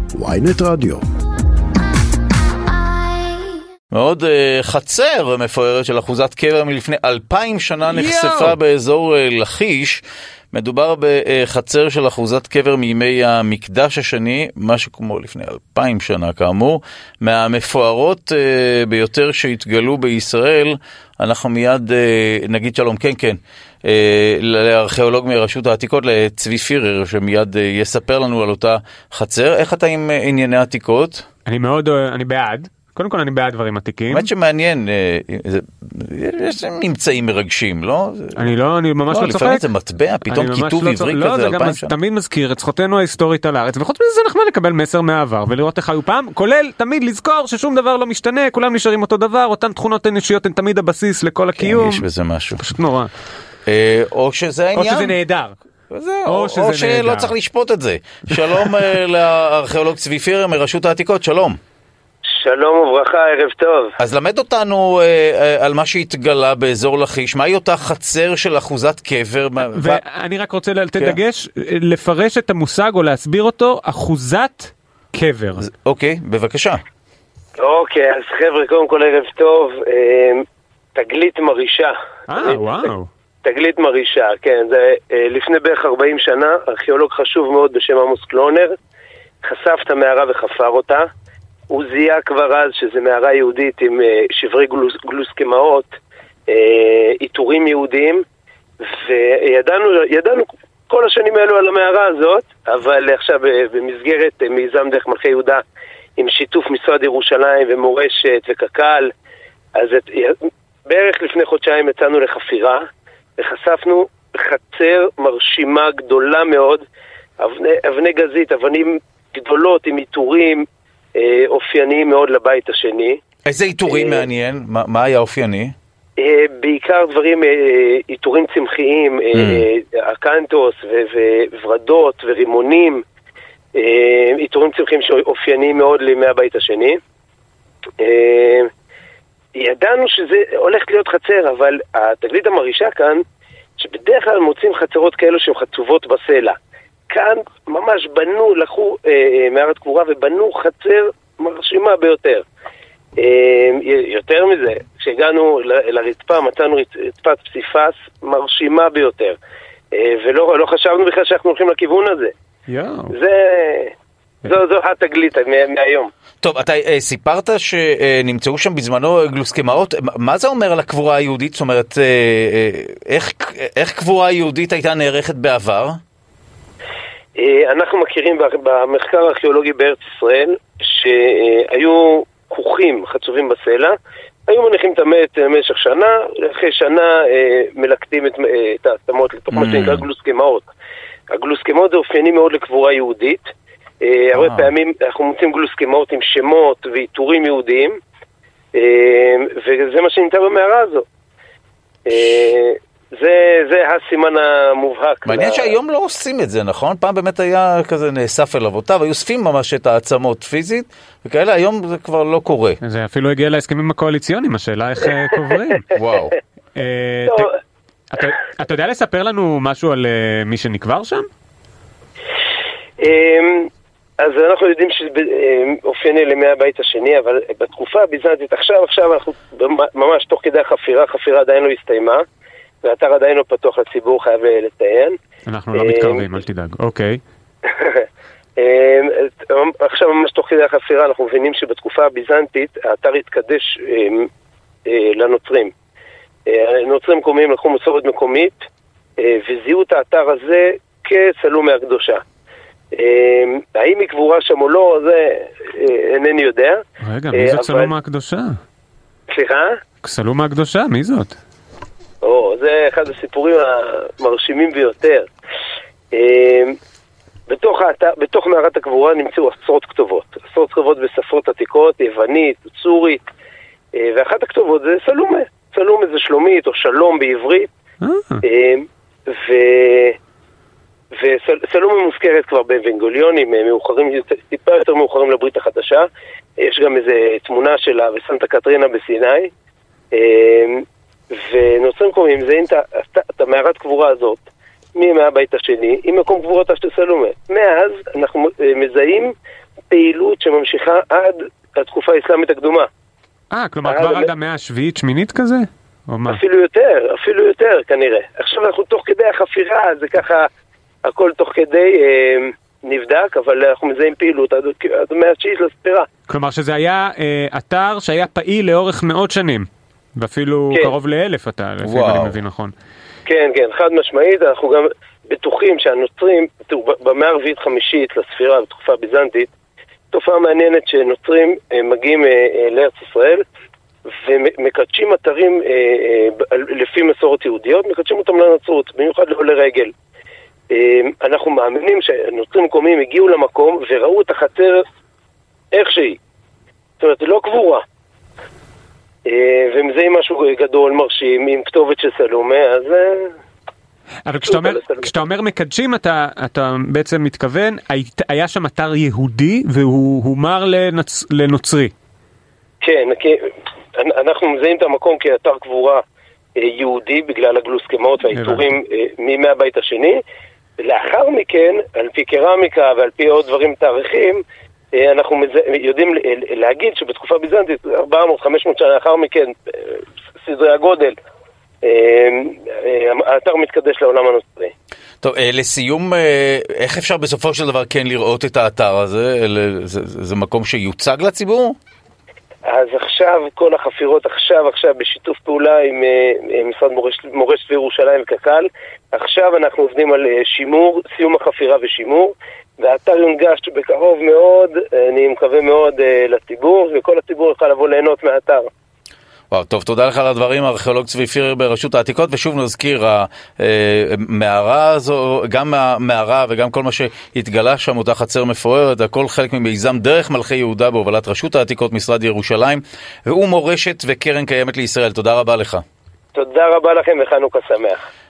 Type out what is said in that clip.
ynet רדיו. מאוד חצר מפוארת של אחוזת קבר מלפני 2000 שנה נחשפה באזור לכיש. מדובר בחצר של אחוזת קבר מימי המקדש השני, משהו כמו לפני 2000 שנה כאמור, מהמפוארות ביותר שהתגלו בישראל. אנחנו מיד נגיד שלום, כן, לארכיאולוג מרשות העתיקות, לצבי פירר, שמיד יספר לנו על אותה חצר. איך אתה עם ענייני עתיקות? אני בעד. קודם כל אני בעד דברים עתיקים. באמת שמעניין, יש נמצאים מרגשים, לא? אני ממש לא צוחק. לפעמים זה מטבע, פתאום כיתוב עברי כזה 2000 שנה. תמיד מזכיר את זכותנו ההיסטורית על הארץ, וחוץ מזה זה נחמד לקבל מסר מהעבר, ולראות איך היו פעם, כולל תמיד לזכור ששום דבר לא משתנה, כולם נשארים אותו דבר, אותן תכונות אנושיות הן תמיד הבסיס לכל הקיום. יש בזה משהו. פשוט נורא. או שזה העניין. או שזה נהדר. או שלא צריך לשפוט את זה. שלום לארכיאולוג צבי פירר מרשות העתיקות, שלום. שלום וברכה, ערב טוב. אז למד אותנו על מה שהתגלה באזור לכיש, מהי אותה חצר של אחוזת קבר? ואני רק רוצה לתת דגש, לפרש את המושג או להסביר אותו, אחוזת קבר. אוקיי, בבקשה. אוקיי, אז חבר'ה, קודם כל ערב טוב, תגלית מרישה. וואו. תגלית מרישה, כן, זה לפני בערך 40 שנה, ארכיאולוג חשוב מאוד בשם עמוס קלונר, חשף את המערה וחפר אותה. הוא זיהה כבר אז שזה מערה יהודית עם שברי גלוסקמאות, איתורים יהודיים, וידענו כל השנים האלו על המערה הזאת, אבל עכשיו במסגרת מיזם דרך מלכי יהודה, עם שיתוף משרד ירושלים ומורשת וקק"ל, אז בערך לפני חודשיים יצאנו לחפירה, וחשפנו חצר מרשימה גדולה מאוד, אבני גזית, אבנים גדולות עם איתורים, אופייני מאוד לבית השני. איזה איתורים מעניין? מה היה אופייני? בעיקר דברים, איתורים צמחיים, אקנטוס וורדות ורימונים, איתורים צמחיים שאופיינים מאוד לימי הבית השני. ידענו שזה הולך להיות חצר, אבל התגלית המרישה כאן, שבדרך כלל מוצאים חצרות כאלו שהן חצובות בסלע. כאן ממש בנו, לקחו מערת קבורה ובנו חצר מרשימה ביותר. יותר מזה, כשהגענו לרצפה, מצאנו רצפת פסיפס מרשימה ביותר. ולא חשבנו בכלל שאנחנו הולכים לכיוון הזה. זו התגלית מהיום. טוב, אתה סיפרת שנמצאו שם בזמנו גלוסקמאות. מה זה אומר על הקבורה היהודית? זאת אומרת, איך קבורה היהודית הייתה נערכת בעבר? אנחנו מכירים במחקר הארכיאולוגי בארץ ישראל שהיו כוכים חצובים בסלע, היו מניחים את המת במשך שנה, אחרי שנה מלקטים את העצמות לתוך מה שנקרא גלוסקמאות. הגלוסקמאות זה אופייני מאוד לקבורה יהודית, הרבה פעמים אנחנו מוצאים גלוסקמאות עם שמות ואיתורים יהודיים, וזה מה שנמצא במערה הזו. זה הסימן המובהק. מעניין שהיום לא עושים את זה, נכון? פעם באמת היה כזה נאסף אל אבותיו, היו אוספים ממש את העצמות פיזית, וכאלה היום זה כבר לא קורה. זה אפילו הגיע להסכמים הקואליציוניים, השאלה איך קוברים. וואו. אתה יודע לספר לנו משהו על מי שנקבר שם? אז אנחנו יודעים שאופייני לימי הבית השני, אבל בתקופה הביזנטית, עכשיו אנחנו ממש תוך כדי החפירה עדיין לא הסתיימה, והאתר עדיין לא פתוח לציבור, חייב לציין. אנחנו לא מתקרבים, אל תדאג. אוקיי. עכשיו ממש תוך כדי החפירה אנחנו מבינים שבתקופה הביזנטית האתר התקדש לנוצרים. נוצרים מקומיים לקחו מסורת מקומית וזיהו את האתר הזה כסלומי הקדושה. האם היא קבורה שם או לא, זה אינני יודע. רגע, מי זאת סלומה הקדושה? סליחה? סלומה הקדושה, מי זאת? זה אחד הסיפורים המרשימים ביותר. בתוך מערת הקבורה נמצאו עשרות כתובות בספרות עתיקות, יוונית, צורית, ואחת הכתובות זה סלומה. סלומה זה שלומית או שלום בעברית, וסלומה מוזכרת כבר באבנגליונים טיפה יותר מאוחרים לברית החדשה. יש גם איזו תמונה שלה בסנטה קטרינה בסיני, ונוצרים קוראים זה את המערת קבורה הזאת מימי הבית השני עם מקום קבורתה של סלומה. מאז אנחנו מזהים פעילות שממשיכה עד התקופה האסלאמית הקדומה. כלומר כבר עד המאה השביעית, שמינית כזה? אפילו יותר כנראה. עכשיו אנחנו תוך כדי החפירה, זה ככה, הכל תוך כדי נבדק, אבל אנחנו מזהים פעילות עד המאה התשיעית לספירה. כלומר שזה היה אתר שהיה פעיל לאורך מאות שנים, ואפילו קרוב ל1,000 אתה, לפי מה אני מבין נכון. כן, חד משמעית, אנחנו גם בטוחים שהנוצרים, במאה הרביעית חמישית לספירה, בתקופה ביזנטית, תופעה מעניינת שנוצרים מגיעים לארץ ישראל, ומקדשים אתרים לפי מסורת יהודיות, מקדשים אותם לנצרות, במיוחד לעולי רגל. אנחנו מאמינים שהנוצרים מקומיים הגיעו למקום וראו את החצר איך שהיא. זאת אומרת, לא קבורה. ומזהים משהו גדול, מרשים, עם כתובת של סלומה, אז... אבל כשאתה אומר מקדשים, אתה בעצם מתכוון, היה שם אתר יהודי והוא הומר לנוצרי. כן, אנחנו מזהים את המקום כאתר קבורה יהודי בגלל הגלוסקמות והאיתורים מימי הבית השני. לאחר מכן, על פי קרמיקה ועל פי עוד דברים תאריכים, אנחנו יודעים להגיד שבתקופה ביזנטית, 400-500 שנה לאחר מכן, סדרי הגודל, האתר מתקדש לעולם הנוצרי. טוב, לסיום, איך אפשר בסופו של דבר כן לראות את האתר הזה? זה מקום שיוצג לציבור? אז עכשיו, כל החפירות עכשיו בשיתוף פעולה עם משרד מורשת וירושלים וקק"ל, עכשיו אנחנו עובדים על שימור, סיום החפירה ושימור, והאתר יונגש בקרוב מאוד, אני מקווה מאוד לציבור, וכל הציבור יוכל לבוא ליהנות מהאתר. וואו, טוב, תודה לך על הדברים, הארכיאולוג צבי פירר ברשות העתיקות, ושוב נזכיר, המערה הזו, גם המערה וגם כל מה שהתגלה שם, אותה חצר מפוארת, הכל חלק ממיזם דרך מלכי יהודה בהובלת רשות העתיקות, משרד ירושלים, והוא מורשת וקרן קיימת לישראל. תודה רבה לך. תודה רבה לכם וחנוכה שמח.